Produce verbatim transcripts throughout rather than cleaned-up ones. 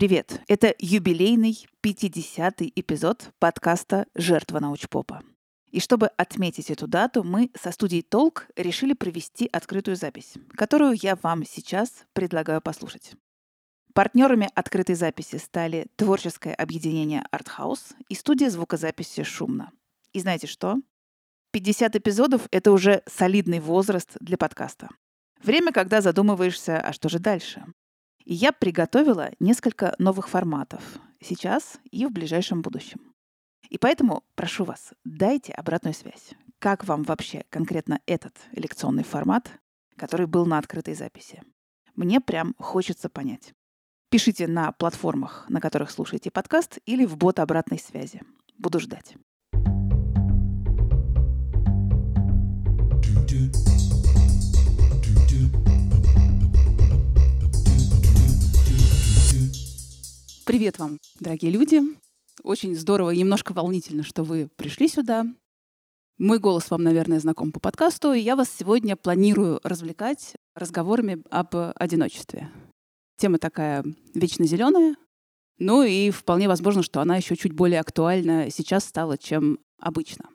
Привет! Это юбилейный пятидесятый эпизод подкаста «Жертва научпопа». И чтобы отметить эту дату, мы со студией «Толк» решили провести открытую запись, которую я вам сейчас предлагаю послушать. Партнерами открытой записи стали творческое объединение «Артхаус» и студия звукозаписи «Шумно». И знаете что? пятьдесят эпизодов — это уже солидный возраст для подкаста. Время, когда задумываешься, а что же дальше? И я приготовила несколько новых форматов сейчас и в ближайшем будущем. И поэтому прошу вас, дайте обратную связь. Как вам вообще конкретно этот лекционный формат, который был на открытой записи? Мне прям хочется понять. Пишите на платформах, на которых слушаете подкаст, или в бот обратной связи. Буду ждать. Привет вам, дорогие люди. Очень здорово и немножко волнительно, что вы пришли сюда. Мой голос вам, наверное, знаком по подкасту, и я вас сегодня планирую развлекать разговорами об одиночестве. Тема такая вечно зеленая, ну и вполне возможно, что она еще чуть более актуальна сейчас стала, чем обычно.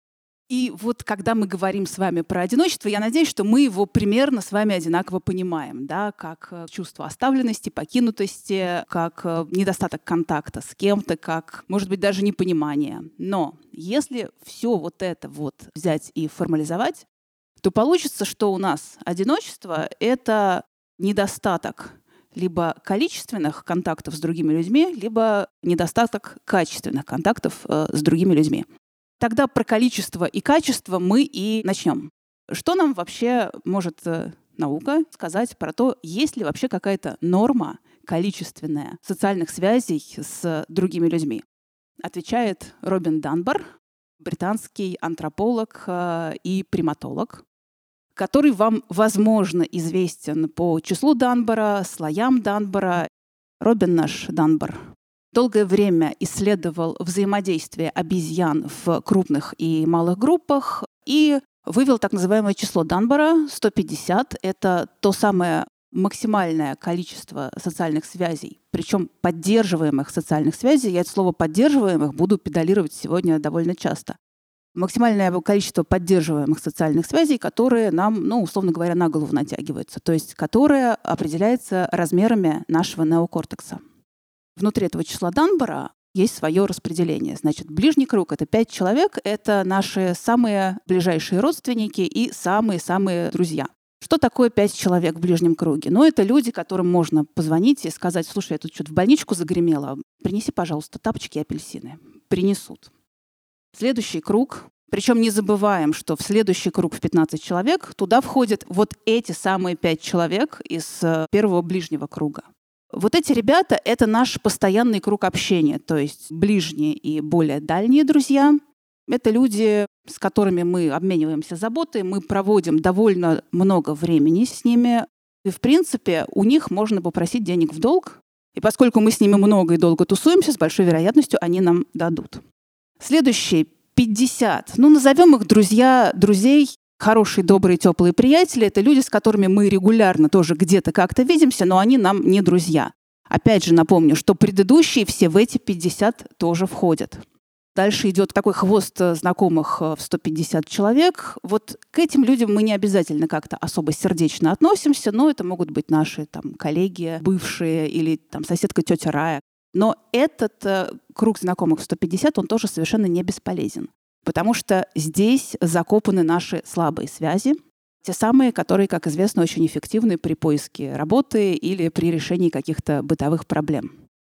И вот когда мы говорим с вами про одиночество, я надеюсь, что мы его примерно с вами одинаково понимаем, да, как чувство оставленности, покинутости, как недостаток контакта с кем-то, как, может быть, даже непонимание. Но если все вот это вот взять и формализовать, то получится, что у нас одиночество — это недостаток либо количественных контактов с другими людьми, либо недостаток качественных контактов э, с другими людьми. Тогда про количество и качество мы и начнем. Что нам вообще может наука сказать про то, есть ли вообще какая-то норма количественная социальных связей с другими людьми? Отвечает Робин Данбар, британский антрополог и приматолог, который вам, возможно, известен по числу Данбара, слоям Данбара. Робин наш Данбар долгое время исследовал взаимодействие обезьян в крупных и малых группах и вывел так называемое число Данбара — сто пятьдесят. Это то самое максимальное количество социальных связей, причем поддерживаемых социальных связей. Я это слово «поддерживаемых» буду педалировать сегодня довольно часто. Максимальное количество поддерживаемых социальных связей, которые нам, ну, условно говоря, на голову натягиваются, то есть которое определяется размерами нашего неокортекса. Внутри этого числа Данбара есть свое распределение. Значит, ближний круг — это пять человек, это наши самые ближайшие родственники и самые-самые друзья. Что такое пять человек в ближнем круге? Ну, это люди, которым можно позвонить и сказать: слушай, я тут что-то в больничку загремела, принеси, пожалуйста, тапочки и апельсины. Принесут. Следующий круг. Причем не забываем, что в следующий круг в пятнадцать человек туда входят вот эти самые пять человек из первого ближнего круга. Вот эти ребята — это наш постоянный круг общения, то есть ближние и более дальние друзья. Это люди, с которыми мы обмениваемся заботой, мы проводим довольно много времени с ними. И, в принципе, у них можно попросить денег в долг, и поскольку мы с ними много и долго тусуемся, с большой вероятностью они нам дадут. Следующие пятьдесят, ну, назовем их друзья друзей, хорошие, добрые, теплые приятели — это люди, с которыми мы регулярно тоже где-то как-то видимся, но они нам не друзья. Опять же напомню, что предыдущие все в эти пятьдесят тоже входят. Дальше идет такой хвост знакомых в сто пятьдесят человек. Вот к этим людям мы не обязательно как-то особо сердечно относимся, но это могут быть наши там коллеги, бывшие или там соседка тетя Рая. Но этот э, круг знакомых в сто пятьдесят, он тоже совершенно не бесполезен. Потому что здесь закопаны наши слабые связи, те самые, которые, как известно, очень эффективны при поиске работы или при решении каких-то бытовых проблем.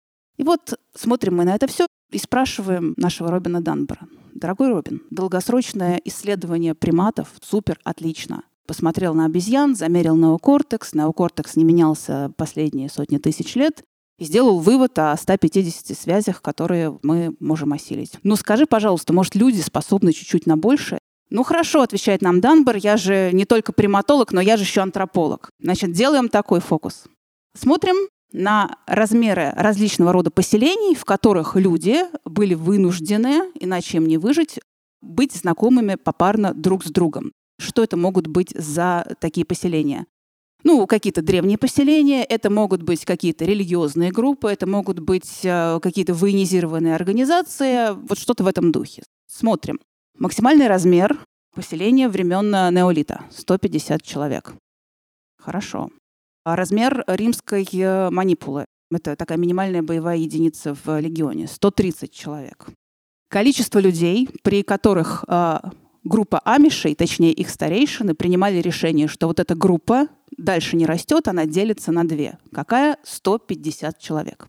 И вот смотрим мы на это все и спрашиваем нашего Робина Данбара: дорогой Робин, долгосрочное исследование приматов — супер, отлично. Посмотрел на обезьян, замерил неокортекс, неокортекс не менялся последние сотни тысяч лет, и сделал вывод о ста пятидесяти связях, которые мы можем осилить. Ну, скажи, пожалуйста, может, люди способны чуть-чуть на большее? Ну, хорошо, отвечает нам Данбар, я же не только приматолог, но я же еще антрополог. Значит, делаем такой фокус. Смотрим на размеры различного рода поселений, в которых люди были вынуждены, иначе им не выжить, быть знакомыми попарно друг с другом. Что это могут быть за такие поселения? Ну, какие-то древние поселения, это могут быть какие-то религиозные группы, это могут быть э, какие-то военизированные организации, вот что-то в этом духе. Смотрим. Максимальный размер поселения времен неолита — сто пятьдесят человек. Хорошо. А размер римской манипулы — это такая минимальная боевая единица в легионе — сто тридцать человек. Количество людей, при которых э, группа амишей, точнее их старейшины, принимали решение, что вот эта группа дальше не растет, она делится на две. Какая? сто пятьдесят человек.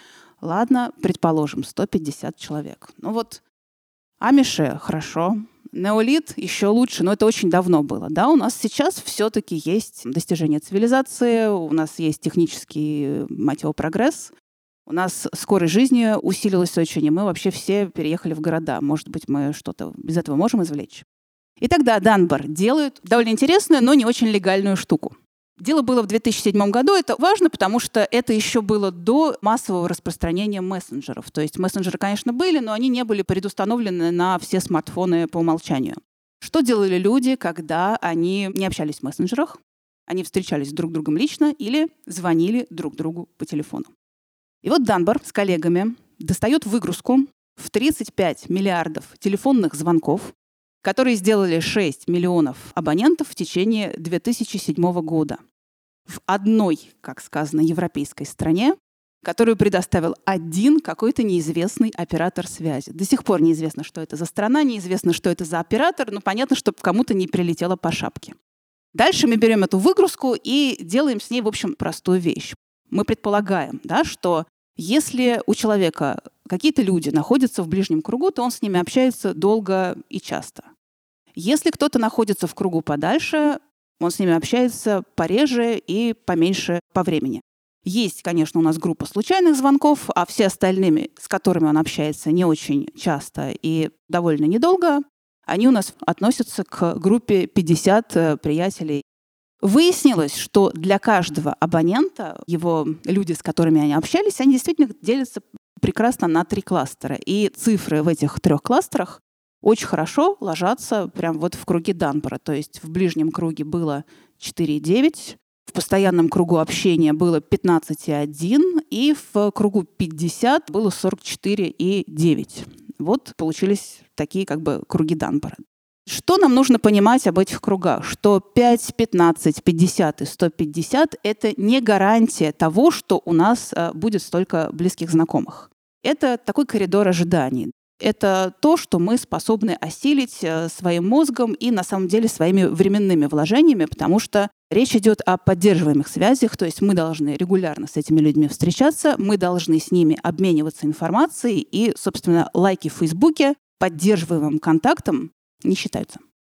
Ладно, предположим, сто пятьдесят человек. Ну вот амиши — хорошо. Неолит — еще лучше, но это очень давно было. Да, у нас сейчас все-таки есть достижение цивилизации, у нас есть технический, мать его, прогресс. У нас скорость жизни усилилась очень, и мы вообще все переехали в города. Может быть, мы что-то из этого можем извлечь. И тогда Данбар делают довольно интересную, но не очень легальную штуку. Дело было в две тысячи седьмом году. Это важно, потому что это еще было до массового распространения мессенджеров. То есть мессенджеры, конечно, были, но они не были предустановлены на все смартфоны по умолчанию. Что делали люди, когда они не общались в мессенджерах? Они встречались друг с другом лично или звонили друг другу по телефону. И вот Данбар с коллегами достает выгрузку в тридцать пять миллиардов телефонных звонков, которые сделали шесть миллионов абонентов в течение две тысячи седьмого года. В одной, как сказано, европейской стране, которую предоставил один какой-то неизвестный оператор связи. До сих пор неизвестно, что это за страна, неизвестно, что это за оператор, но понятно, чтобы кому-то не прилетело по шапке. Дальше мы берем эту выгрузку и делаем с ней, в общем, простую вещь. Мы предполагаем, да, что если у человека какие-то люди находятся в ближнем кругу, то он с ними общается долго и часто. Если кто-то находится в кругу подальше, он с ними общается пореже и поменьше по времени. Есть, конечно, у нас группа случайных звонков, а все остальные, с которыми он общается не очень часто и довольно недолго, они у нас относятся к группе пятьдесят приятелей. Выяснилось, что для каждого абонента его люди, с которыми они общались, они действительно делятся прекрасно на три кластера. И цифры в этих трех кластерах очень хорошо ложатся прямо вот в круге Данбара. То есть в ближнем круге было четыре и девять, в постоянном кругу общения было пятнадцать и один, и в кругу пятьдесят было сорок четыре и девять. Вот получились такие как бы круги Данбара. Что нам нужно понимать об этих кругах? Что пять, пятнадцать, пятьдесят и сто пятьдесят — это не гарантия того, что у нас будет столько близких знакомых. Это такой коридор ожиданий. Это то, что мы способны осилить своим мозгом и, на самом деле, своими временными вложениями, потому что речь идет о поддерживаемых связях, то есть мы должны регулярно с этими людьми встречаться, мы должны с ними обмениваться информацией, и, собственно, лайки в Фейсбуке поддерживаемым контактом не считаются.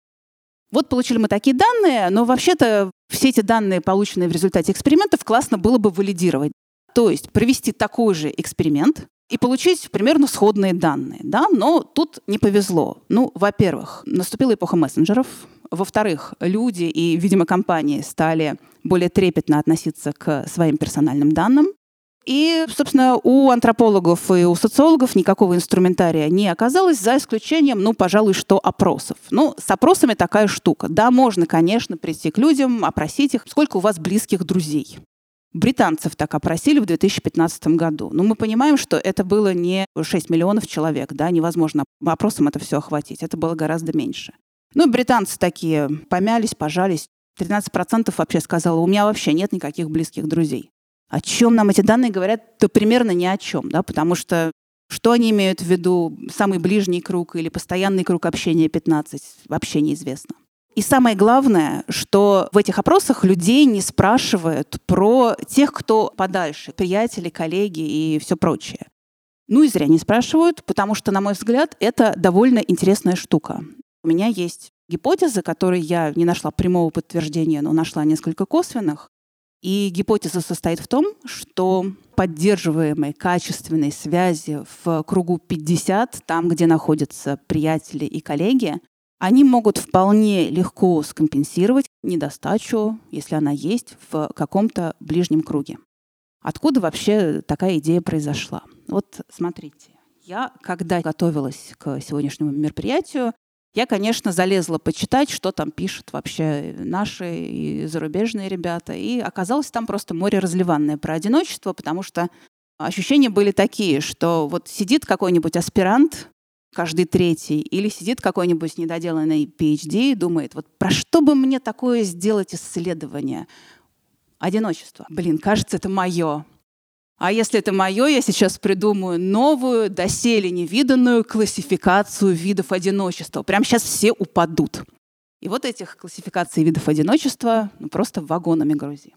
Вот получили мы такие данные, но вообще-то все эти данные, полученные в результате экспериментов, классно было бы валидировать. То есть провести такой же эксперимент и получить примерно сходные данные. Да? Но тут не повезло. Ну, во-первых, наступила эпоха мессенджеров. Во-вторых, люди и, видимо, компании стали более трепетно относиться к своим персональным данным. И, собственно, у антропологов и у социологов никакого инструментария не оказалось, за исключением, ну, пожалуй, что опросов. Ну, с опросами такая штука. Да, можно, конечно, прийти к людям, опросить их, сколько у вас близких друзей. Британцев так опросили в две тысячи пятнадцатом году. Но мы понимаем, что это было не шесть миллионов человек, да, невозможно опросом это все охватить, это было гораздо меньше. Ну, британцы такие помялись, пожались. тринадцать процентов вообще сказало, у меня вообще нет никаких близких друзей. О чем нам эти данные говорят? То примерно ни о чем, да, потому что что они имеют в виду, самый ближний круг или постоянный круг общения пятнадцать, вообще неизвестно. И самое главное, что в этих опросах людей не спрашивают про тех, кто подальше, приятели, коллеги и все прочее. Ну и зря не спрашивают, потому что, на мой взгляд, это довольно интересная штука. У меня есть гипотеза, которой я не нашла прямого подтверждения, но нашла несколько косвенных. И гипотеза состоит в том, что поддерживаемые качественные связи в кругу пятьдесят, там, где находятся приятели и коллеги, они могут вполне легко скомпенсировать недостачу, если она есть, в каком-то ближнем круге. Откуда вообще такая идея произошла? Вот смотрите, я, когда готовилась к сегодняшнему мероприятию, Я, конечно, залезла почитать, что там пишут вообще наши и зарубежные ребята. И оказалось там просто море разливанное про одиночество, потому что ощущения были такие, что вот сидит какой-нибудь аспирант, каждый третий, или сидит какой-нибудь недоделанный пи эйч ди и думает, вот про что бы мне такое сделать исследование? Одиночество. Блин, кажется, это мое. А если это мое, я сейчас придумаю новую, доселе невиданную классификацию видов одиночества. Прямо сейчас все упадут. И вот этих классификаций видов одиночества ну, просто вагонами грузи.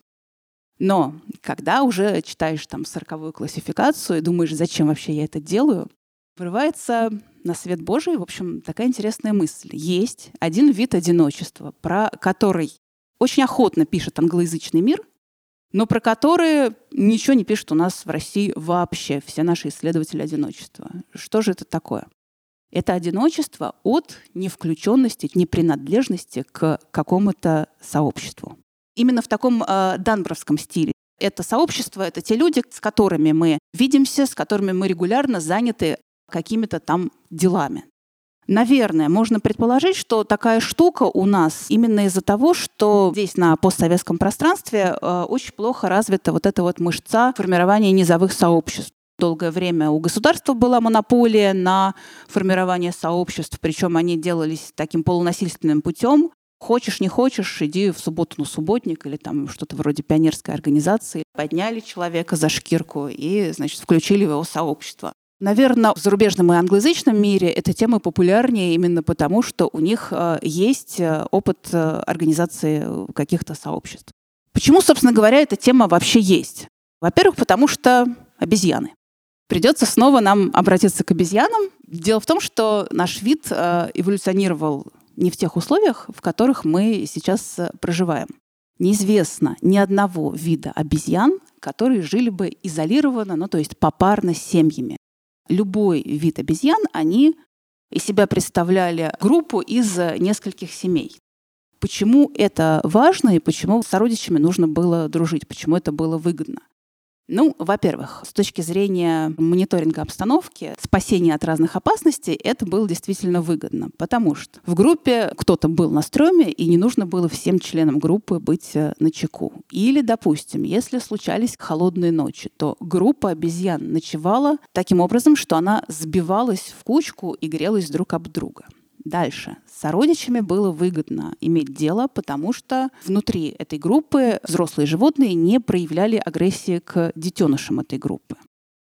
Но когда уже читаешь там сороковую классификацию и думаешь, зачем вообще я это делаю, вырывается на свет Божий, в общем, такая интересная мысль. Есть один вид одиночества, про который очень охотно пишет англоязычный мир, но про который ничего не пишут у нас в России вообще все наши исследователи одиночества. Что же это такое? Это одиночество от невключенности, непринадлежности к какому-то сообществу. Именно в таком э, данбровском стиле. Это сообщество, это те люди, с которыми мы видимся, с которыми мы регулярно заняты какими-то там делами. Наверное, можно предположить, что такая штука у нас именно из-за того, что здесь на постсоветском пространстве э, очень плохо развита вот эта вот мышца формирования низовых сообществ. Долгое время у государства была монополия на формирование сообществ, причем они делались таким полунасильственным путем. Хочешь, не хочешь, иди в субботу на субботник или там что-то вроде пионерской организации. Подняли человека за шкирку и, значит, включили в его сообщество. Наверное, в зарубежном и англоязычном мире эта тема популярнее именно потому, что у них э, есть опыт э, организации каких-то сообществ. Почему, собственно говоря, эта тема вообще есть? Во-первых, потому что обезьяны. Придется снова нам обратиться к обезьянам. Дело в том, что наш вид э, эволюционировал не в тех условиях, в которых мы сейчас э, проживаем. Неизвестно ни одного вида обезьян, которые жили бы изолированно, ну то есть попарно с семьями. Любой вид обезьян, они из себя представляли группу из нескольких семей. Почему это важно и почему с сородичами нужно было дружить, почему это было выгодно? Ну, во-первых, с точки зрения мониторинга обстановки, спасения от разных опасностей, это было действительно выгодно, потому что в группе кто-то был на стреме, и не нужно было всем членам группы быть начеку. Или, допустим, если случались холодные ночи, то группа обезьян ночевала таким образом, что она сбивалась в кучку и грелась друг об друга. Дальше. С сородичами было выгодно иметь дело, потому что внутри этой группы взрослые животные не проявляли агрессии к детенышам этой группы.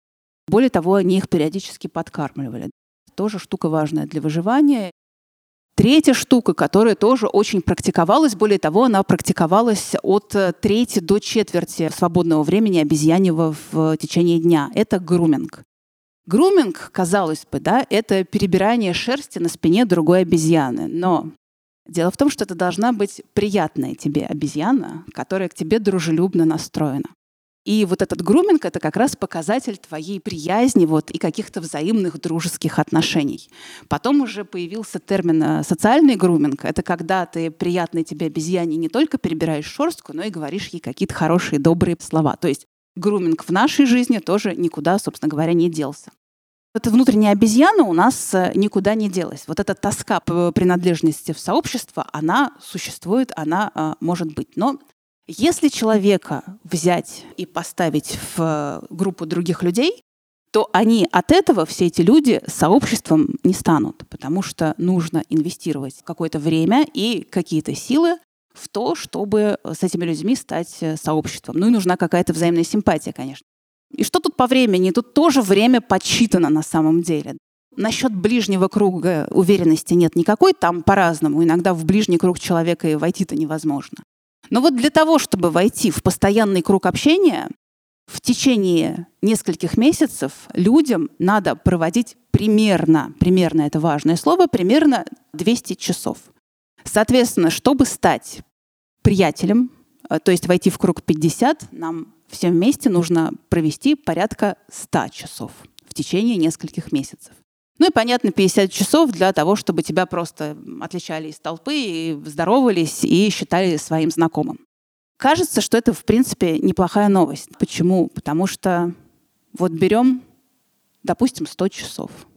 Более того, они их периодически подкармливали. Тоже штука важная для выживания. Третья штука, которая тоже очень практиковалась, более того, она практиковалась от трети до четверти свободного времени обезьяньего в течение дня. Это груминг. Груминг, казалось бы, да, это перебирание шерсти на спине другой обезьяны. Но дело в том, что это должна быть приятная тебе обезьяна, которая к тебе дружелюбно настроена. И вот этот груминг — это как раз показатель твоей приязни вот, и каких-то взаимных дружеских отношений. Потом уже появился термин «социальный груминг». Это когда ты приятной тебе обезьяне не только перебираешь шерстку, но и говоришь ей какие-то хорошие, добрые слова. То есть груминг в нашей жизни тоже никуда, собственно говоря, не делся. Эта внутренняя обезьяна у нас никуда не делась. Вот эта тоска по принадлежности в сообщество, она существует, она а, может быть. Но если человека взять и поставить в группу других людей, то они от этого, все эти люди, сообществом не станут, потому что нужно инвестировать какое-то время и какие-то силы в то, чтобы с этими людьми стать сообществом. Ну и нужна какая-то взаимная симпатия, конечно. И что тут по времени? Тут тоже время подсчитано на самом деле. Насчет ближнего круга уверенности нет никакой, там по-разному. Иногда в ближний круг человека и войти-то невозможно. Но вот для того, чтобы войти в постоянный круг общения, в течение нескольких месяцев людям надо проводить примерно, примерно это важное слово, примерно двести часов. Соответственно, чтобы стать приятелем, то есть войти в круг пятьдесят, нам всем вместе нужно провести порядка ста часов в течение нескольких месяцев. Ну и, понятно, пятьдесят часов для того, чтобы тебя просто отличали из толпы, и здоровались и считали своим знакомым. Кажется, что это, в принципе, неплохая новость. Почему? Потому что вот берем, допустим, сто часов. В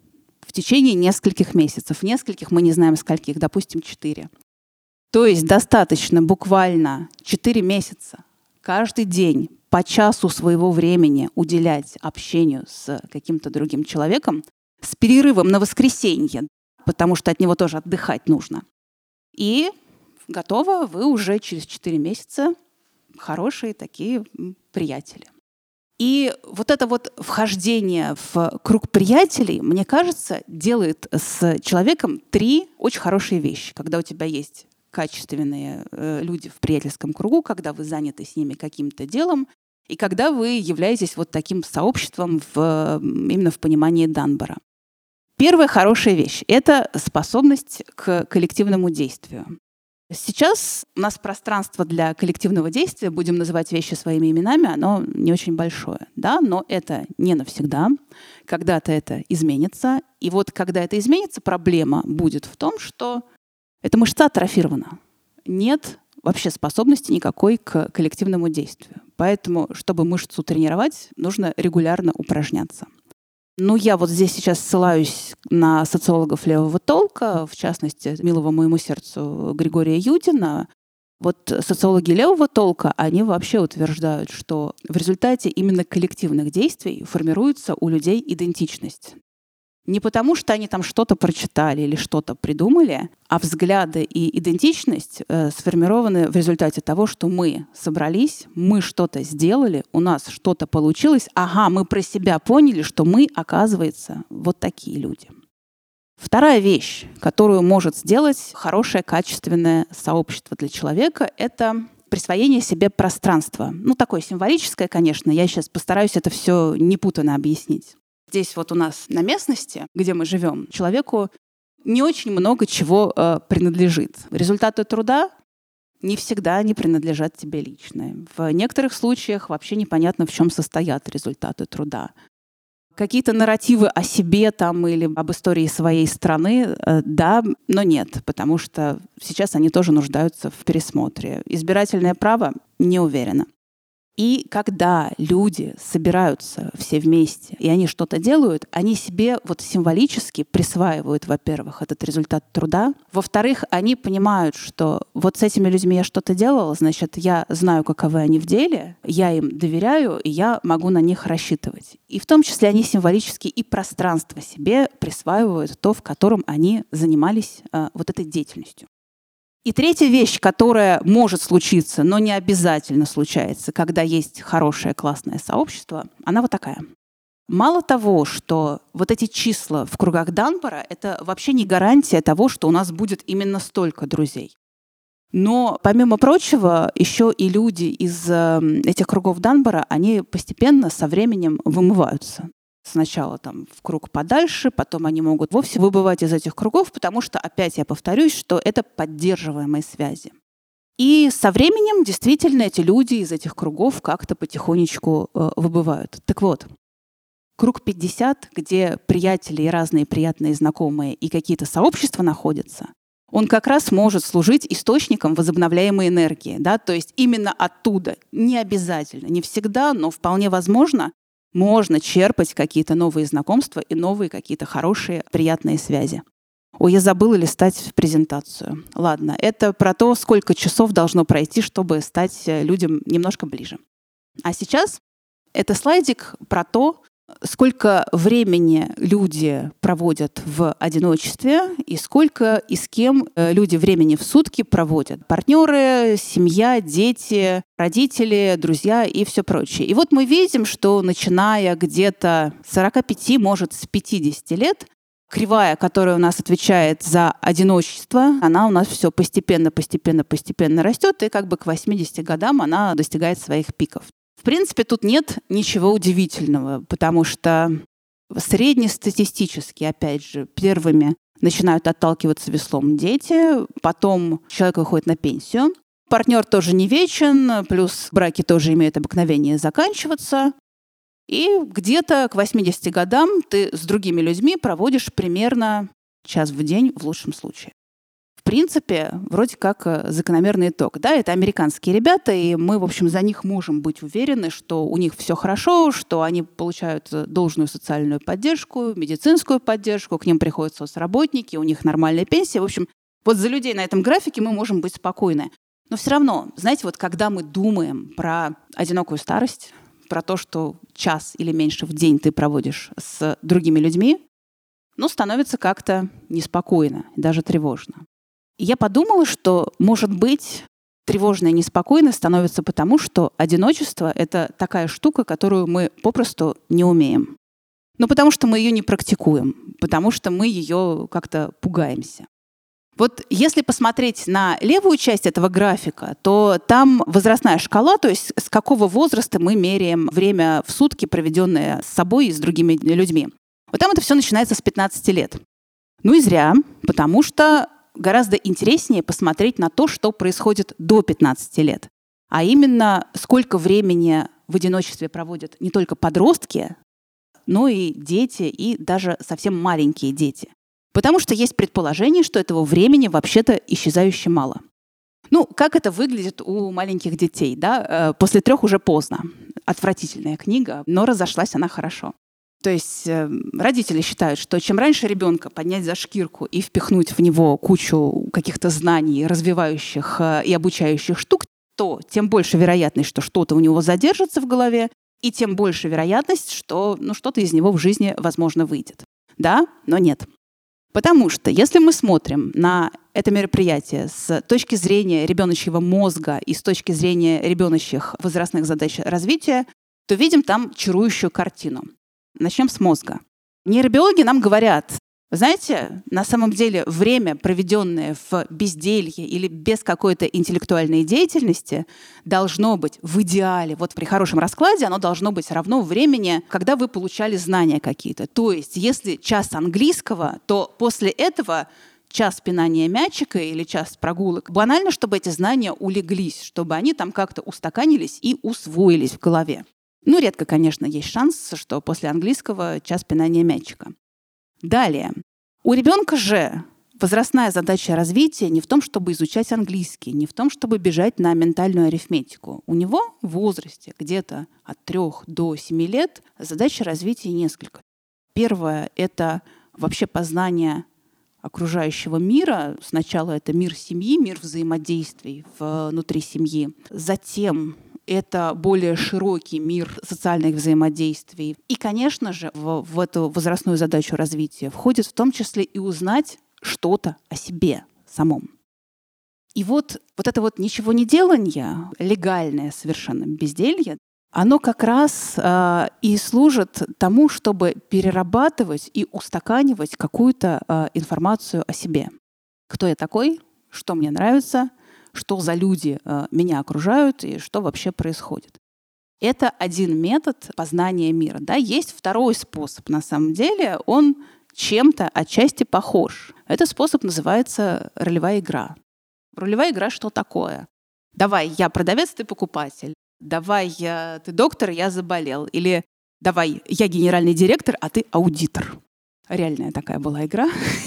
в течение нескольких месяцев. Нескольких, мы не знаем скольких, допустим, четыре. То есть достаточно буквально четыре месяца каждый день по часу своего времени уделять общению с каким-то другим человеком с перерывом на воскресенье, потому что от него тоже отдыхать нужно. И готово, вы уже через четыре месяца хорошие такие приятели. И вот это вот вхождение в круг приятелей, мне кажется, делает с человеком три очень хорошие вещи. Когда у тебя есть качественные э, люди в приятельском кругу, когда вы заняты с ними каким-то делом, и когда вы являетесь вот таким сообществом в, именно в понимании Данбара. Первая хорошая вещь — это способность к коллективному действию. Сейчас у нас пространство для коллективного действия, будем называть вещи своими именами, оно не очень большое, да, но это не навсегда. Когда-то это изменится. И вот когда это изменится, проблема будет в том, что эта мышца атрофирована. Нет вообще способности никакой к коллективному действию. Поэтому, чтобы мышцу тренировать, нужно регулярно упражняться. Ну, я вот здесь сейчас ссылаюсь на социологов левого толка, в частности, милого моему сердцу Григория Юдина. Вот социологи левого толка, они вообще утверждают, что в результате именно коллективных действий формируется у людей идентичность. Не потому, что они там что-то прочитали или что-то придумали, а взгляды и идентичность э, сформированы в результате того, что мы собрались, мы что-то сделали, у нас что-то получилось, ага, мы про себя поняли, что мы, оказывается, вот такие люди. Вторая вещь, которую может сделать хорошее, качественное сообщество для человека, это присвоение себе пространства. Ну, такое символическое, конечно, я сейчас постараюсь это все непутанно объяснить. Здесь вот у нас на местности, где мы живем, человеку не очень много чего э, принадлежит. Результаты труда не всегда не принадлежат тебе лично. В некоторых случаях вообще непонятно, в чем состоят результаты труда. Какие-то нарративы о себе там или об истории своей страны, э, да, но нет, потому что сейчас они тоже нуждаются в пересмотре. Избирательное право — не уверена. И когда люди собираются все вместе, и они что-то делают, они себе вот символически присваивают, во-первых, этот результат труда. Во-вторых, они понимают, что вот с этими людьми я что-то делала, значит, я знаю, каковы они в деле, я им доверяю, и я могу на них рассчитывать. И в том числе они символически и пространство себе присваивают, то, в котором они занимались э, вот этой деятельностью. И третья вещь, которая может случиться, но не обязательно случается, когда есть хорошее, классное сообщество, она вот такая. Мало того, что вот эти числа в кругах Данбара — это вообще не гарантия того, что у нас будет именно столько друзей. Но, помимо прочего, еще и люди из этих кругов Данбара, они постепенно со временем вымываются. Сначала там в круг подальше, потом они могут вовсе выбывать из этих кругов, потому что, опять я повторюсь, что это поддерживаемые связи. И со временем действительно эти люди из этих кругов как-то потихонечку э, выбывают. Так вот, круг пятьдесят, где приятели и разные приятные знакомые и какие-то сообщества находятся, он как раз может служить источником возобновляемой энергии. Да? То есть именно оттуда, не обязательно, не всегда, но вполне возможно, можно черпать какие-то новые знакомства и новые какие-то хорошие, приятные связи. Ой, я забыла листать презентацию. Ладно, это про то, сколько часов должно пройти, чтобы стать людям немножко ближе. А сейчас это слайдик про то, сколько времени люди проводят в одиночестве и сколько и с кем люди времени в сутки проводят. Партнеры, семья, дети, родители, друзья и все прочее. И вот мы видим, что начиная где-то с сорока пяти, может, с пятидесяти лет, кривая, которая у нас отвечает за одиночество, она у нас все постепенно, постепенно, постепенно растет, и как бы к восьмидесяти годам она достигает своих пиков. В принципе, тут нет ничего удивительного, потому что среднестатистически, опять же, первыми начинают отталкиваться веслом дети, потом человек выходит на пенсию. Партнер тоже не вечен, плюс браки тоже имеют обыкновение заканчиваться. И где-то к восьмидесяти годам ты с другими людьми проводишь примерно час в день в лучшем случае. В принципе, вроде как закономерный итог. Да, это американские ребята, и мы, в общем, за них можем быть уверены, что у них все хорошо, что они получают должную социальную поддержку, медицинскую поддержку, к ним приходят соцработники, у них нормальная пенсия. В общем, вот за людей на этом графике мы можем быть спокойны. Но все равно, знаете, вот когда мы думаем про одинокую старость, про то, что час или меньше в день ты проводишь с другими людьми, ну, становится как-то неспокойно, даже тревожно. И я подумала, что, может быть, тревожно и неспокойно становится потому, что одиночество — это такая штука, которую мы попросту не умеем. Ну, потому что мы ее не практикуем, потому что мы ее как-то пугаемся. Вот если посмотреть на левую часть этого графика, то там возрастная шкала, то есть с какого возраста мы меряем время в сутки, проведенное с собой и с другими людьми. Вот там это все начинается с пятнадцати лет. Ну и зря, потому что гораздо интереснее посмотреть на то, что происходит до пятнадцати лет. А именно, сколько времени в одиночестве проводят не только подростки, но и дети, и даже совсем маленькие дети. Потому что есть предположение, что этого времени вообще-то исчезающе мало. Ну, как это выглядит у маленьких детей, да? После трех уже поздно. Отвратительная книга, но разошлась она хорошо. То есть э, родители считают, что чем раньше ребенка поднять за шкирку и впихнуть в него кучу каких-то знаний, развивающих э, и обучающих штук, то тем больше вероятность, что что-то у него задержится в голове, и тем больше вероятность, что ну, что-то из него в жизни, возможно, выйдет. Да, но нет. Потому что если мы смотрим на это мероприятие с точки зрения ребеночьего мозга и с точки зрения ребеночьих возрастных задач развития, то видим там чарующую картину. Начнем с мозга. Нейробиологи нам говорят, знаете, на самом деле время, проведенное в безделье или без какой-то интеллектуальной деятельности, должно быть в идеале, вот при хорошем раскладе, оно должно быть равно времени, когда вы получали знания какие-то. То есть, если час английского, то после этого час пинания мячика или час прогулок. Банально, чтобы эти знания улеглись, чтобы они там как-то устаканились и усвоились в голове. Ну, редко, конечно, есть шанс, что после английского час пинания мячика. Далее. У ребенка же возрастная задача развития не в том, чтобы изучать английский, не в том, чтобы бежать на ментальную арифметику. У него в возрасте где-то от трех до семи лет задача развития несколько. Первое — это вообще познание окружающего мира. Сначала это мир семьи, мир взаимодействий внутри семьи. Затем это более широкий мир социальных взаимодействий. И, конечно же, в, в эту возрастную задачу развития входит в том числе и узнать что-то о себе самом. И вот, вот это вот ничего не делание, легальное совершенно безделье, оно как раз э, и служит тому, чтобы перерабатывать и устаканивать какую-то э, информацию о себе. Кто я такой, что мне нравится, что за люди э, меня окружают и что вообще происходит. Это один метод познания мира. Да? Есть второй способ, на самом деле, он чем-то отчасти похож. Этот способ называется ролевая игра. Ролевая игра что такое? Давай, я продавец, ты покупатель. Давай, я, ты доктор, я заболел. Или давай, я генеральный директор, а ты аудитор. Реальная такая была игра.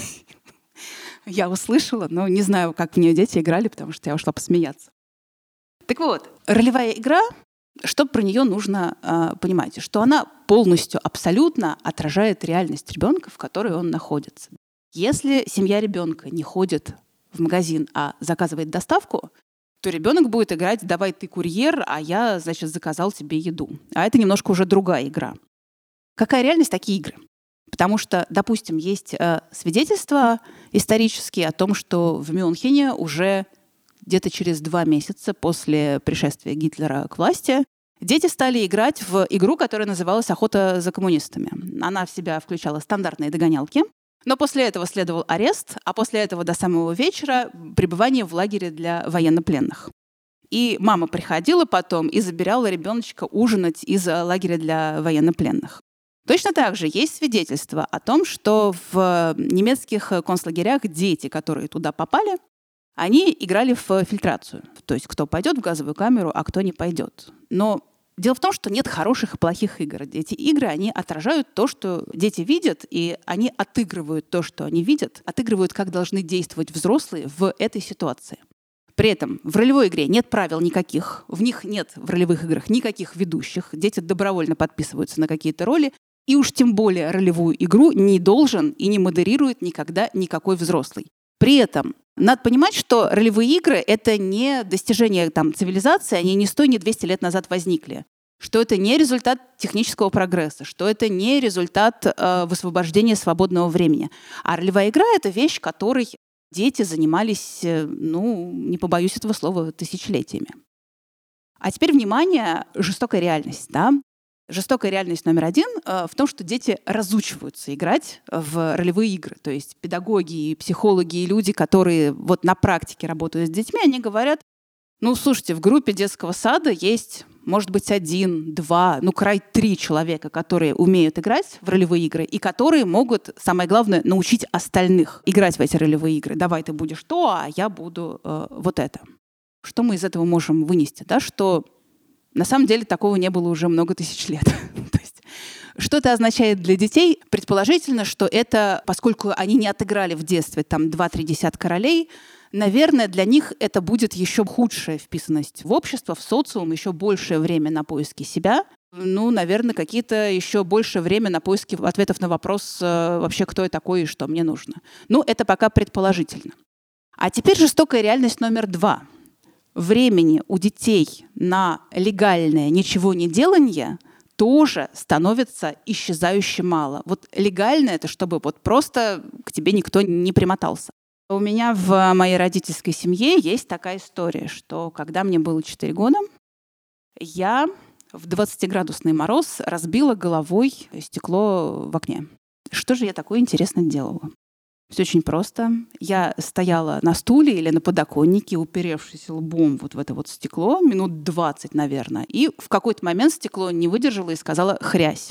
Я услышала, но не знаю, как в нее дети играли, потому что я ушла посмеяться. Так вот, ролевая игра, что про нее нужно э, понимать? Что она полностью, абсолютно отражает реальность ребенка, в которой он находится. Если семья ребенка не ходит в магазин, а заказывает доставку, то ребенок будет играть «давай ты курьер, а я, значит, заказал тебе еду». А это немножко уже другая игра. Какая реальность? Такие игры. Потому что, допустим, есть э, свидетельства исторические о том, что в Мюнхене уже где-то через два месяца после пришествия Гитлера к власти дети стали играть в игру, которая называлась «Охота за коммунистами». Она в себя включала стандартные догонялки, но после этого следовал арест, а после этого до самого вечера пребывание в лагере для военнопленных. И мама приходила потом и забирала ребеночка ужинать из лагеря для военнопленных. Точно так же есть свидетельства о том, что в немецких концлагерях дети, которые туда попали, они играли в фильтрацию. То есть кто пойдет в газовую камеру, а кто не пойдет. Но Дело в том, что нет хороших и плохих игр. Эти игры, они отражают то, что дети видят, и они отыгрывают то, что они видят, отыгрывают, как должны действовать взрослые в этой ситуации. При этом в ролевой игре нет правил никаких, в них нет в ролевых играх никаких ведущих, дети добровольно подписываются на какие-то роли, и уж тем более ролевую игру не должен и не модерирует никогда никакой взрослый. При этом надо понимать, что ролевые игры — это не достижение там, цивилизации, они не сто, не двести лет назад возникли. Что это не результат технического прогресса, что это не результат э, высвобождения свободного времени. А ролевая игра — это вещь, которой дети занимались, э, ну, не побоюсь этого слова, тысячелетиями. А теперь, внимание, жестокая реальность. Да? Жестокая реальность номер один э, в том, что дети разучиваются играть в ролевые игры. То есть педагоги, и психологи и люди, которые вот на практике работают с детьми, они говорят, ну, слушайте, в группе детского сада есть, может быть, один, два, ну, край три человека, которые умеют играть в ролевые игры и которые могут, самое главное, научить остальных играть в эти ролевые игры. Давай ты будешь то, а я буду э, вот это. Что мы из этого можем вынести? Да? Что на самом деле такого не было уже много тысяч лет. То есть, что это означает для детей? Предположительно, что это, поскольку они не отыграли в детстве там два-три десятка ролей, наверное, для них это будет еще худшая вписанность в общество, в социум, еще большее время на поиски себя. Ну, наверное, какие-то еще большее время на поиски ответов на вопрос вообще, кто я такой и что мне нужно. Ну, это пока предположительно. А теперь жестокая реальность номер два. Времени у детей на легальное ничего не делание тоже становится исчезающе мало. Вот легально — это чтобы вот просто к тебе никто не примотался. У меня в моей родительской семье есть такая история, что когда мне было четыре года, я в двадцатиградусный мороз разбила головой стекло в окне. Что же я такое интересное делала? Все очень просто. Я стояла на стуле или на подоконнике, уперевшись лбом вот в это вот стекло, минут двадцать, наверное. И в какой-то момент стекло не выдержало и сказала «хрясь».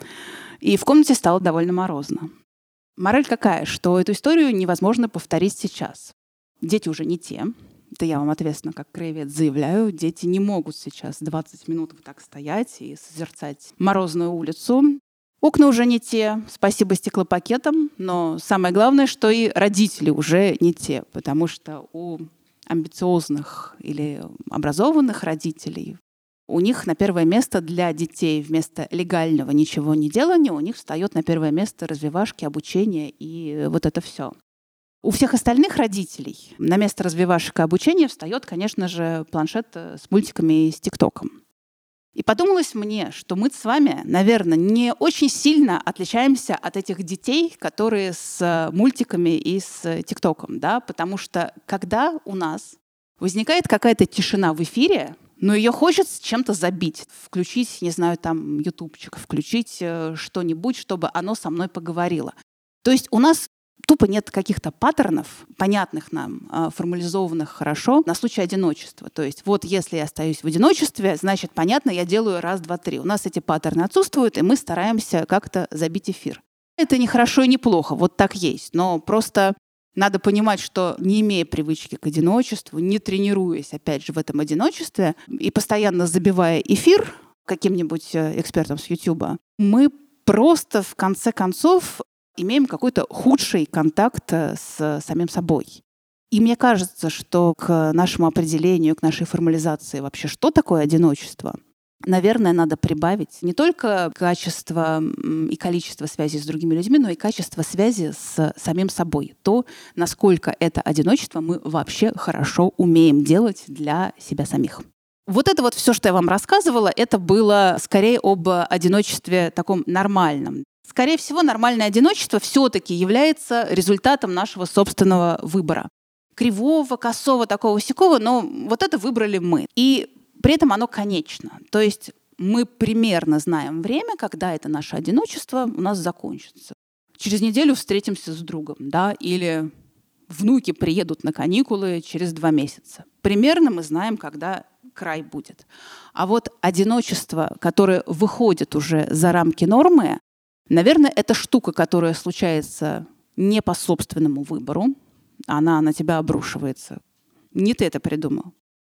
И в комнате стало довольно морозно. Мораль какая? Что эту историю невозможно повторить сейчас. Дети уже не те. Это я вам ответственно, как краевед, заявляю. Дети не могут сейчас двадцать минут вот так стоять и созерцать морозную улицу. Окна уже не те, спасибо стеклопакетам, но самое главное, что и родители уже не те, потому что у амбициозных или образованных родителей у них на первое место для детей вместо легального ничего не делания у них встает на первое место развивашки, обучение и вот это все. У всех остальных родителей на место развивашек и обучения встает, конечно же, планшет с мультиками и с ТикТоком. И подумалось мне, что мы с вами, наверное, не очень сильно отличаемся от этих детей, которые с мультиками и с ТикТоком, да? Потому что когда у нас возникает какая-то тишина в эфире, но ее хочется чем-то забить, включить, не знаю, там, ютубчик, включить э, что-нибудь, чтобы оно со мной поговорило. То есть у нас тупо нет каких-то паттернов, понятных нам, э, формализованных хорошо, на случай одиночества. То есть вот если я остаюсь в одиночестве, значит, понятно, я делаю раз, два, три. У нас эти паттерны отсутствуют, и мы стараемся как-то забить эфир. Это не хорошо и не плохо, вот так есть. Но просто надо понимать, что не имея привычки к одиночеству, не тренируясь, опять же, в этом одиночестве и постоянно забивая эфир каким-нибудь экспертом с Ютуба, мы просто в конце концов имеем какой-то худший контакт с самим собой. И мне кажется, что к нашему определению, к нашей формализации вообще, что такое одиночество, наверное, надо прибавить не только качество и количество связей с другими людьми, но и качество связи с самим собой. То, насколько это одиночество мы вообще хорошо умеем делать для себя самих. Вот это вот все, что я вам рассказывала, это было скорее об одиночестве таком нормальном. Скорее всего, нормальное одиночество все-таки является результатом нашего собственного выбора. Кривого, косого, такого сякого, но вот это выбрали мы. И при этом оно конечно. То есть мы примерно знаем время, когда это наше одиночество у нас закончится. Через неделю встретимся с другом, да, или внуки приедут на каникулы через два месяца. Примерно мы знаем, когда край будет. А вот одиночество, которое выходит уже за рамки нормы, наверное, это штука, которая случается не по собственному выбору, она на тебя обрушивается. Не ты это придумал.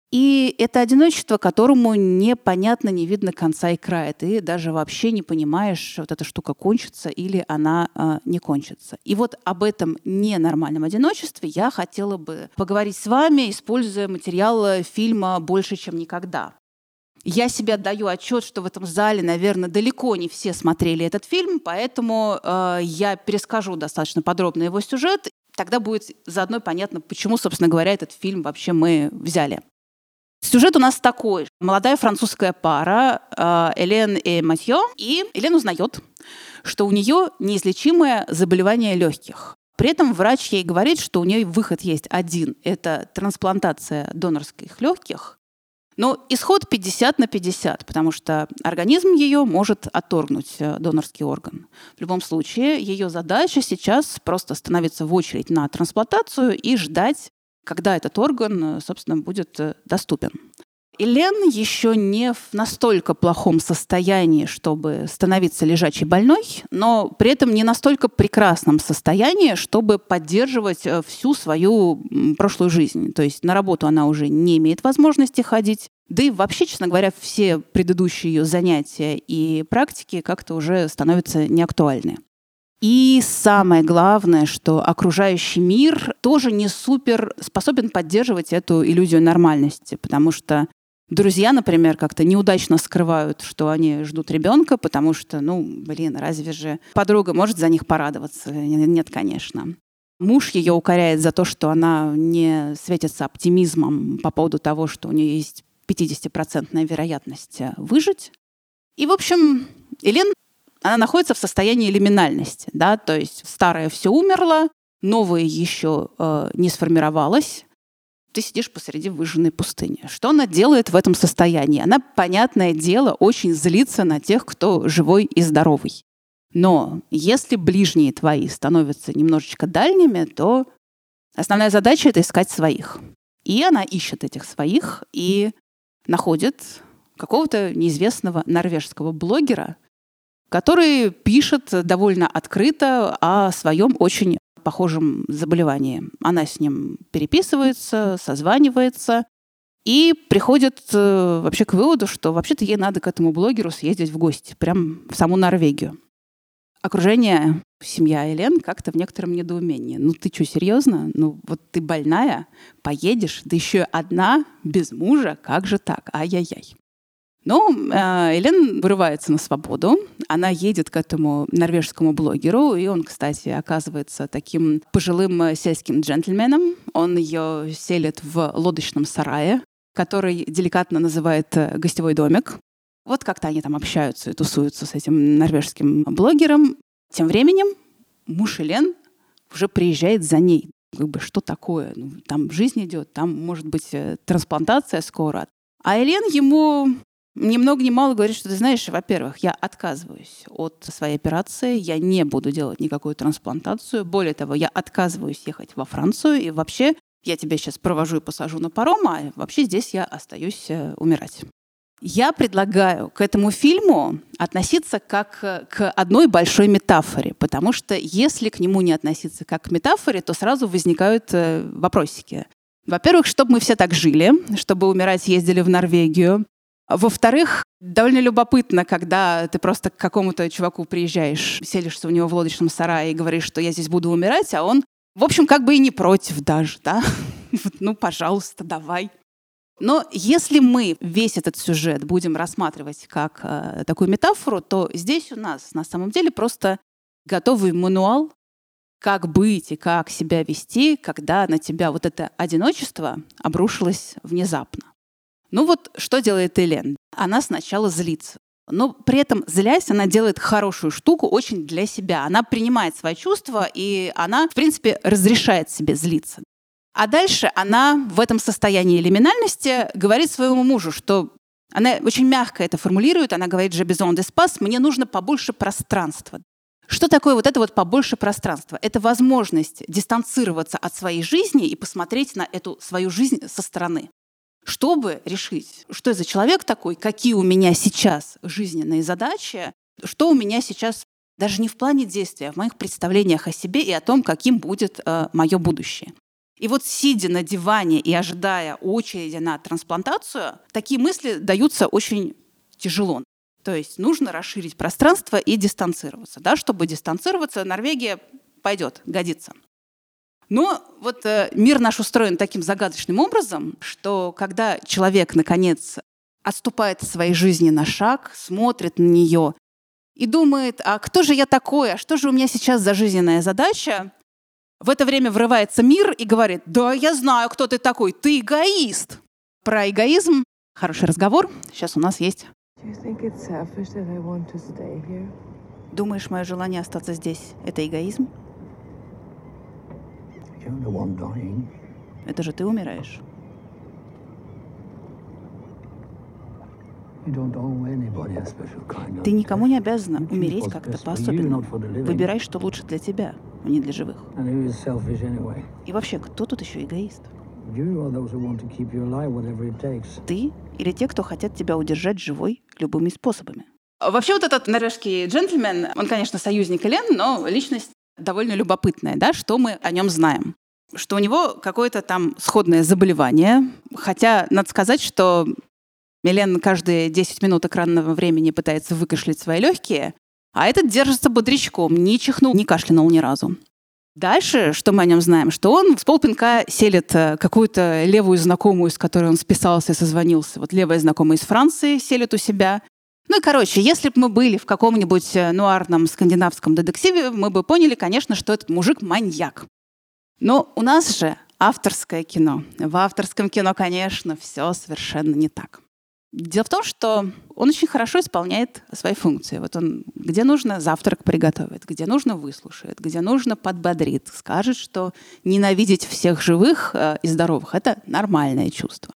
И это одиночество, которому непонятно, не видно конца и края. Ты даже вообще не понимаешь, вот эта штука кончится или она э, не кончится. И вот об этом ненормальном одиночестве я хотела бы поговорить с вами, используя материал фильма «Больше, чем никогда». Я себе отдаю отчет, что в этом зале, наверное, далеко не все смотрели этот фильм, поэтому э, я перескажу достаточно подробно его сюжет. Тогда будет заодно понятно, почему, собственно говоря, этот фильм вообще мы взяли. Сюжет у нас такой. Молодая французская пара э, Элен и Матьё, и Элен узнает, что у нее неизлечимое заболевание легких. При этом врач ей говорит, что у нее выход есть один – это трансплантация донорских легких. Но исход пятьдесят на пятьдесят, потому что организм ее может отторгнуть донорский орган. В любом случае, ее задача сейчас просто становиться в очередь на трансплантацию и ждать, когда этот орган, собственно, будет доступен. Элен еще не в настолько плохом состоянии, чтобы становиться лежачей больной, но при этом не настолько прекрасном состоянии, чтобы поддерживать всю свою прошлую жизнь. То есть на работу она уже не имеет возможности ходить. Да и вообще, честно говоря, все предыдущие ее занятия и практики как-то уже становятся неактуальны. И самое главное, что окружающий мир тоже не супер способен поддерживать эту иллюзию нормальности, потому что друзья, например, как-то неудачно скрывают, что они ждут ребенка, потому что, ну, блин, разве же подруга может за них порадоваться? Нет, конечно. Муж ее укоряет за то, что она не светится оптимизмом по поводу того, что у нее есть пятидесятипроцентная вероятность выжить. И, в общем, Элен, она находится в состоянии лиминальности, да, то есть старое все умерло, новое еще э, не сформировалось. Ты сидишь посреди выжженной пустыни. Что она делает в этом состоянии? Она, понятное дело, очень злится на тех, кто живой и здоровый. Но если ближние твои становятся немножечко дальними, то основная задача — это искать своих. И она ищет этих своих и находит какого-то неизвестного норвежского блогера, который пишет довольно открыто о своем очень похожем заболевании. Она с ним переписывается, созванивается и приходит э, вообще к выводу, что вообще-то ей надо к этому блогеру съездить в гости, прям в саму Норвегию. Окружение, семья Элен как-то в некотором недоумении. Ну ты что, серьезно? Ну вот ты больная, поедешь, да еще одна, без мужа, как же так? Ай-яй-яй. Но э, Элен вырывается на свободу. Она едет к этому норвежскому блогеру, и он, кстати, оказывается таким пожилым сельским джентльменом. Он ее селит в лодочном сарае, который деликатно называет гостевой домик. Вот как-то они там общаются и тусуются с этим норвежским блогером. Тем временем муж Элен уже приезжает за ней. Как бы, что такое? Ну, там жизнь идет, там может быть трансплантация скоро. А Элен ему ни много ни мало говорит, что ты знаешь, во-первых, я отказываюсь от своей операции, я не буду делать никакую трансплантацию. Более того, я отказываюсь ехать во Францию, и вообще я тебя сейчас провожу и посажу на паром, а вообще здесь я остаюсь умирать. Я предлагаю к этому фильму относиться как к одной большой метафоре, потому что если к нему не относиться как к метафоре, то сразу возникают вопросики. Во-первых, чтобы мы все так жили, чтобы умирать ездили в Норвегию. Во-вторых, довольно любопытно, когда ты просто к какому-то чуваку приезжаешь, селишься у него в лодочном сарае и говоришь, что я здесь буду умирать, а он, в общем, как бы и не против даже, да? Ну, пожалуйста, давай. Но если мы весь этот сюжет будем рассматривать как э, такую метафору, то здесь у нас на самом деле просто готовый мануал, как быть и как себя вести, когда на тебя вот это одиночество обрушилось внезапно. Ну вот что делает Элен? Она сначала злится. Но при этом, злясь, она делает хорошую штуку очень для себя. Она принимает свои чувства, и она, в принципе, разрешает себе злиться. А дальше она в этом состоянии лиминальности говорит своему мужу, что она очень мягко это формулирует. Она говорит «je besoin d'espace», «мне нужно побольше пространства». Что такое вот это вот побольше пространства? Это возможность дистанцироваться от своей жизни и посмотреть на эту свою жизнь со стороны. Чтобы решить, что я за человек такой, какие у меня сейчас жизненные задачи, что у меня сейчас даже не в плане действия, а в моих представлениях о себе и о том, каким будет э, мое будущее. И вот сидя на диване и ожидая очереди на трансплантацию, такие мысли даются очень тяжело. То есть нужно расширить пространство и дистанцироваться. Да? Чтобы дистанцироваться, Норвегия пойдет, годится. Но вот э, мир наш устроен таким загадочным образом, что когда человек, наконец, отступает от своей жизни на шаг, смотрит на нее и думает, а кто же я такой, а что же у меня сейчас за жизненная задача, в это время врывается мир и говорит, да, я знаю, кто ты такой, ты эгоист. Про эгоизм хороший разговор сейчас у нас есть. Думаешь, мое желание остаться здесь — это эгоизм? Это же ты умираешь. Ты никому не обязана умереть как-то по-особенному. Выбирай, что лучше для тебя, а не для живых. И вообще, кто тут еще эгоист? Ты или те, кто хотят тебя удержать живой любыми способами? Вообще вот этот норвежский джентльмен, он, конечно, союзник Элен, но личность довольно любопытная, да, что мы о нем знаем. Что у него какое-то там сходное заболевание, хотя надо сказать, что Элен каждые десять минут экранного времени пытается выкашлять свои легкие, а этот держится бодрячком, не чихнул, не кашлянул ни разу. Дальше, что мы о нем знаем, что он с полпинка селит какую-то левую знакомую, с которой он списался и созвонился. Вот левая знакомая из Франции селит у себя. Ну и, короче, если бы мы были в каком-нибудь нуарном скандинавском детективе, мы бы поняли, конечно, что этот мужик маньяк. Но у нас же авторское кино. В авторском кино, конечно, все совершенно не так. Дело в том, что он очень хорошо исполняет свои функции. Вот он где нужно завтрак приготовит, где нужно выслушает, где нужно подбодрит, скажет, что ненавидеть всех живых и здоровых — это нормальное чувство.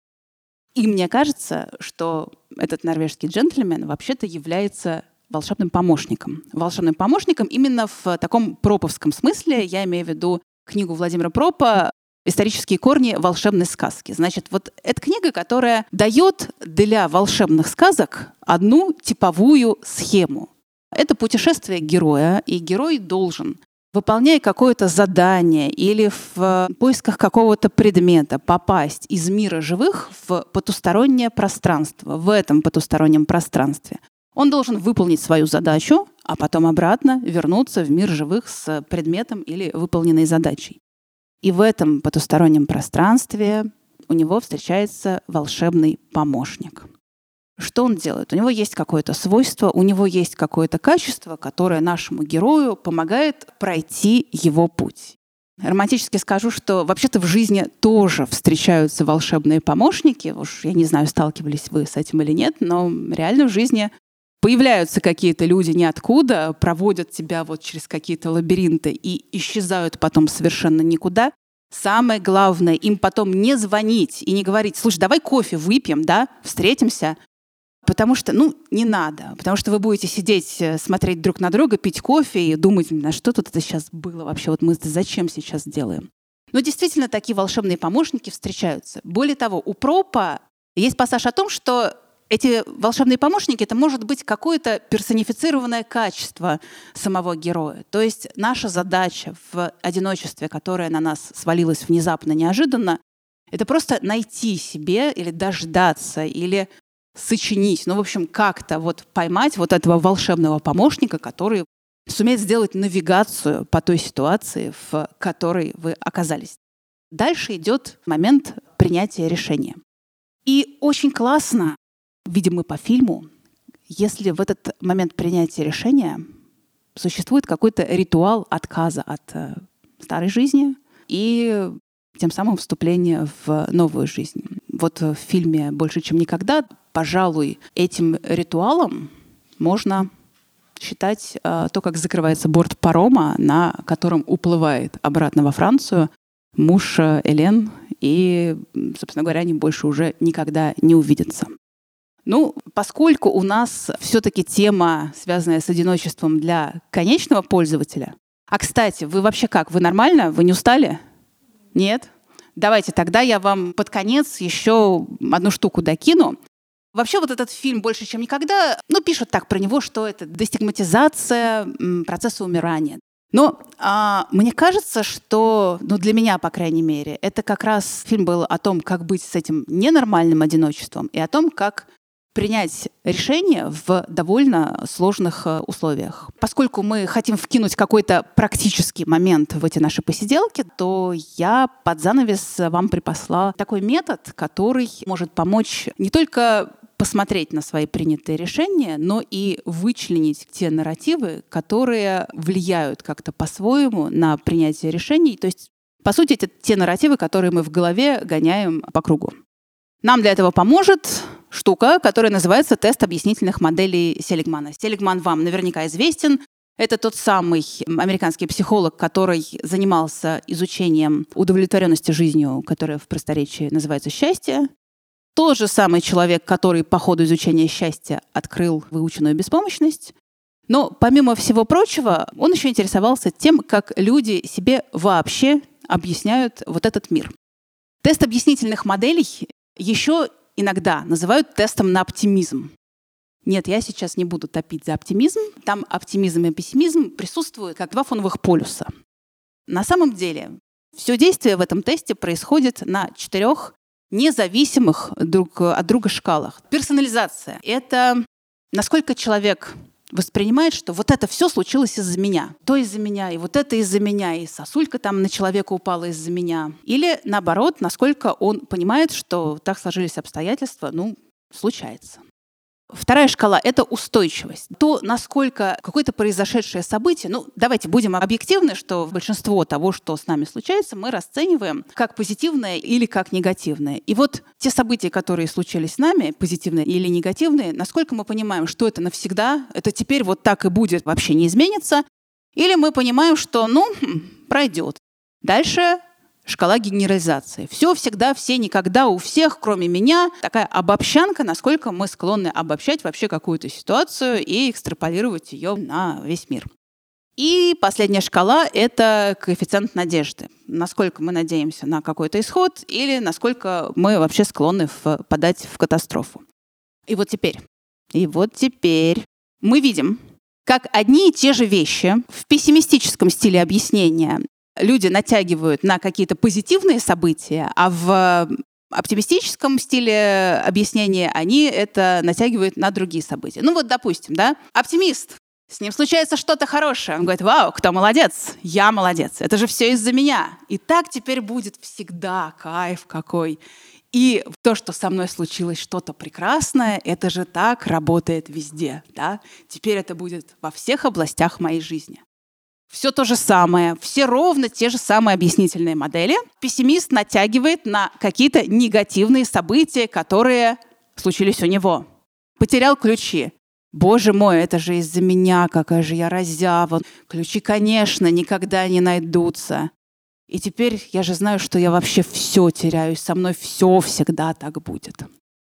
И мне кажется, что этот норвежский джентльмен вообще-то является волшебным помощником. Волшебным помощником именно в таком проповском смысле. Я имею в виду книгу Владимира Пропа «Исторические корни волшебной сказки». Значит, вот это книга, которая дает для волшебных сказок одну типовую схему. Это путешествие героя, и герой должен, выполняя какое-то задание или в поисках какого-то предмета, попасть из мира живых в потустороннее пространство. В этом потустороннем пространстве он должен выполнить свою задачу, а потом обратно вернуться в мир живых с предметом или выполненной задачей. И в этом потустороннем пространстве у него встречается волшебный помощник. Что он делает? У него есть какое-то свойство, у него есть какое-то качество, которое нашему герою помогает пройти его путь. Романтически скажу, что вообще-то в жизни тоже встречаются волшебные помощники. Уж я не знаю, сталкивались вы с этим или нет, но реально в жизни появляются какие-то люди ниоткуда, проводят тебя вот через какие-то лабиринты и исчезают потом совершенно никуда. Самое главное, им потом не звонить и не говорить: слушай, давай кофе выпьем, да, встретимся. Потому что, ну, не надо. Потому что вы будете сидеть, смотреть друг на друга, пить кофе и думать, на что тут это сейчас было вообще, вот мы зачем сейчас делаем. Но действительно такие волшебные помощники встречаются. Более того, у Пропа есть пассаж о том, что эти волшебные помощники — это может быть какое-то персонифицированное качество самого героя. То есть наша задача в одиночестве, которая на нас свалилась внезапно, неожиданно, это просто найти себе или дождаться, или сочинить, ну, в общем, как-то вот поймать вот этого волшебного помощника, который сумеет сделать навигацию по той ситуации, в которой вы оказались. Дальше идет момент принятия решения. И очень классно, видим мы по фильму, если в этот момент принятия решения существует какой-то ритуал отказа от э, старой жизни и тем самым вступления в новую жизнь. Вот в фильме «Больше, чем никогда», пожалуй, этим ритуалом можно считать э, то, как закрывается борт парома, на котором уплывает обратно во Францию муж Элен, и, собственно говоря, они больше уже никогда не увидятся. Ну, поскольку у нас все-таки тема, связанная с одиночеством для конечного пользователя. А, кстати, вы вообще как? Вы нормально? Вы не устали? Нет? Давайте тогда я вам под конец еще одну штуку докину. Вообще вот этот фильм «Больше, чем никогда», ну, пишут так про него, что это дестигматизация процесса умирания. Но а, мне кажется, что, ну, для меня, по крайней мере, это как раз фильм был о том, как быть с этим ненормальным одиночеством и о том, как принять решение в довольно сложных условиях. Поскольку мы хотим вкинуть какой-то практический момент в эти наши посиделки, то я под занавес вам припасла такой метод, который может помочь не только посмотреть на свои принятые решения, но и вычленить те нарративы, которые влияют как-то по-своему на принятие решений. То есть, по сути, это те нарративы, которые мы в голове гоняем по кругу. Нам для этого поможет штука, которая называется тест объяснительных моделей Селигмана. Селигман вам наверняка известен. Это тот самый американский психолог, который занимался изучением удовлетворенности жизнью, которая в просторечии называется счастье. Тот же самый человек, который по ходу изучения счастья открыл выученную беспомощность. Но помимо всего прочего, он еще интересовался тем, как люди себе вообще объясняют вот этот мир. Тест объяснительных моделей еще иногда называют тестом на оптимизм. Нет, я сейчас не буду топить за оптимизм. Там оптимизм и пессимизм присутствуют как два фоновых полюса. На самом деле, все действие в этом тесте происходит на четырех независимых друг от друга шкалах. Персонализация — это насколько человек воспринимает, что вот это все случилось из-за меня. То из-за меня, и вот это из-за меня, и сосулька там на человека упала из-за меня. Или наоборот, насколько он понимает, что так сложились обстоятельства, ну, случается. Вторая шкала — это устойчивость. То, насколько какое-то произошедшее событие, ну, давайте будем объективны, что большинство того, что с нами случается, мы расцениваем как позитивное или как негативное. И вот те события, которые случились с нами, позитивные или негативные, насколько мы понимаем, что это навсегда, это теперь вот так и будет, вообще не изменится, или мы понимаем, что, ну, пройдет. Дальше шкала генерализации. Все, всегда, все, никогда, у всех, кроме меня. Такая обобщанка, насколько мы склонны обобщать вообще какую-то ситуацию и экстраполировать ее на весь мир. И последняя шкала — это коэффициент надежды. Насколько мы надеемся на какой-то исход или насколько мы вообще склонны впадать в катастрофу. И вот теперь, и вот теперь мы видим, как одни и те же вещи в пессимистическом стиле объяснения люди натягивают на какие-то позитивные события, а в оптимистическом стиле объяснения они это натягивают на другие события. Ну вот, допустим, да, оптимист, с ним случается что-то хорошее. Он говорит: вау, кто молодец? Я молодец. Это же все из-за меня. И так теперь будет всегда, кайф какой. И то, что со мной случилось что-то прекрасное, это же так работает везде. Да? Теперь это будет во всех областях моей жизни. Все то же самое, все ровно те же самые объяснительные модели. Пессимист натягивает на какие-то негативные события, которые случились у него. Потерял ключи. Боже мой, это же из-за меня, какая же я разява. Ключи, конечно, никогда не найдутся. И теперь я же знаю, что я вообще все теряю, и со мной все всегда так будет.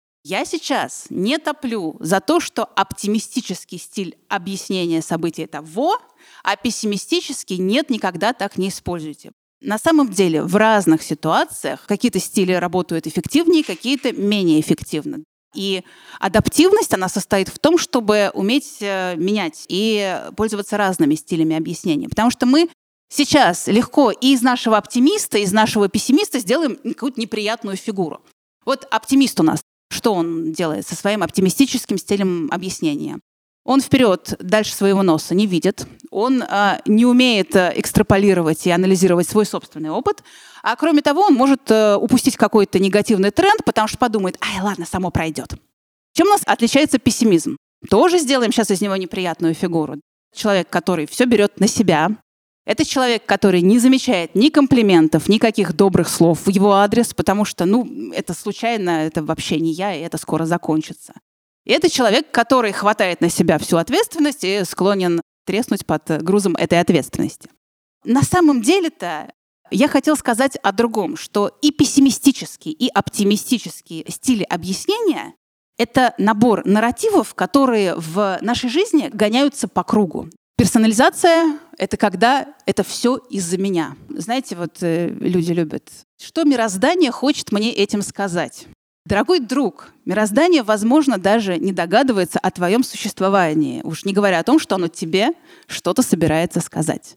Я сейчас не топлю за то, что оптимистический стиль объяснения событий — это «во», а пессимистический «нет, никогда так не используйте». На самом деле в разных ситуациях какие-то стили работают эффективнее, какие-то менее эффективно. И адаптивность, она состоит в том, чтобы уметь менять и пользоваться разными стилями объяснения. Потому что мы сейчас легко и из нашего оптимиста, и из нашего пессимиста сделаем какую-то неприятную фигуру. Вот оптимист у нас. Что он делает со своим оптимистическим стилем объяснения? Он вперед, дальше своего носа не видит. Он а, не умеет а, экстраполировать и анализировать свой собственный опыт. А кроме того, он может а, упустить какой-то негативный тренд, потому что подумает: ай, ладно, само пройдет. Чем у нас отличается пессимизм? Тоже сделаем сейчас из него неприятную фигуру. Человек, который все берет на себя. Это человек, который не замечает ни комплиментов, никаких добрых слов в его адрес, потому что, ну, это случайно, это вообще не я, и это скоро закончится. И это человек, который хватает на себя всю ответственность и склонен треснуть под грузом этой ответственности. На самом деле-то я хотела сказать о другом, что и пессимистический, и оптимистический стили объяснения — это набор нарративов, которые в нашей жизни гоняются по кругу. Персонализация — это когда это все из-за меня. Знаете, вот э, люди любят: что мироздание хочет мне этим сказать? Дорогой друг, мироздание, возможно, даже не догадывается о твоем существовании, уж не говоря о том, что оно тебе что-то собирается сказать.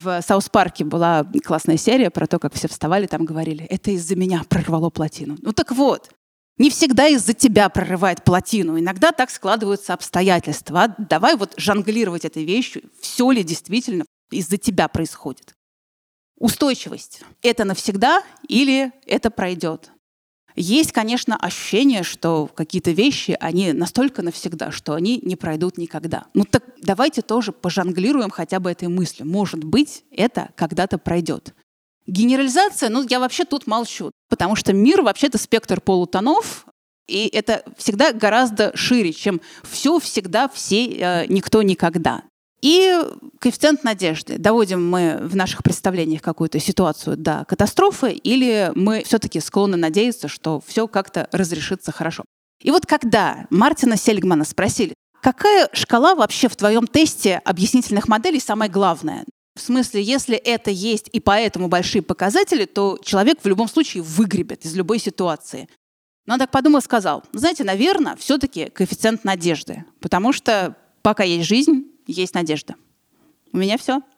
В Саус-парке была классная серия про то, как все вставали, там говорили: «Это из-за меня прорвало плотину». Ну так вот, не всегда из-за тебя прорывает плотину. Иногда так складываются обстоятельства. А давай вот жонглировать этой вещью. Все ли действительно из-за тебя происходит? Устойчивость — это навсегда или это пройдет? Есть, конечно, ощущение, что какие-то вещи, они настолько навсегда, что они не пройдут никогда. Ну так давайте тоже пожонглируем хотя бы этой мыслью. Может быть, это когда-то пройдет. Генерализация, ну я вообще тут молчу, потому что мир вообще-то спектр полутонов, и это всегда гораздо шире, чем все, всегда, все, э, никто, никогда. И коэффициент надежды. Доводим мы в наших представлениях какую-то ситуацию до катастрофы, или мы все-таки склонны надеяться, что все как-то разрешится хорошо. И вот когда Мартина Селигмана спросили, какая шкала вообще в твоем тесте объяснительных моделей самая главная? В смысле, если это есть и поэтому большие показатели, то человек в любом случае выгребет из любой ситуации. Но он так подумал и сказал: знаете, наверное, все-таки коэффициент надежды, потому что пока есть жизнь, есть надежда. У меня все.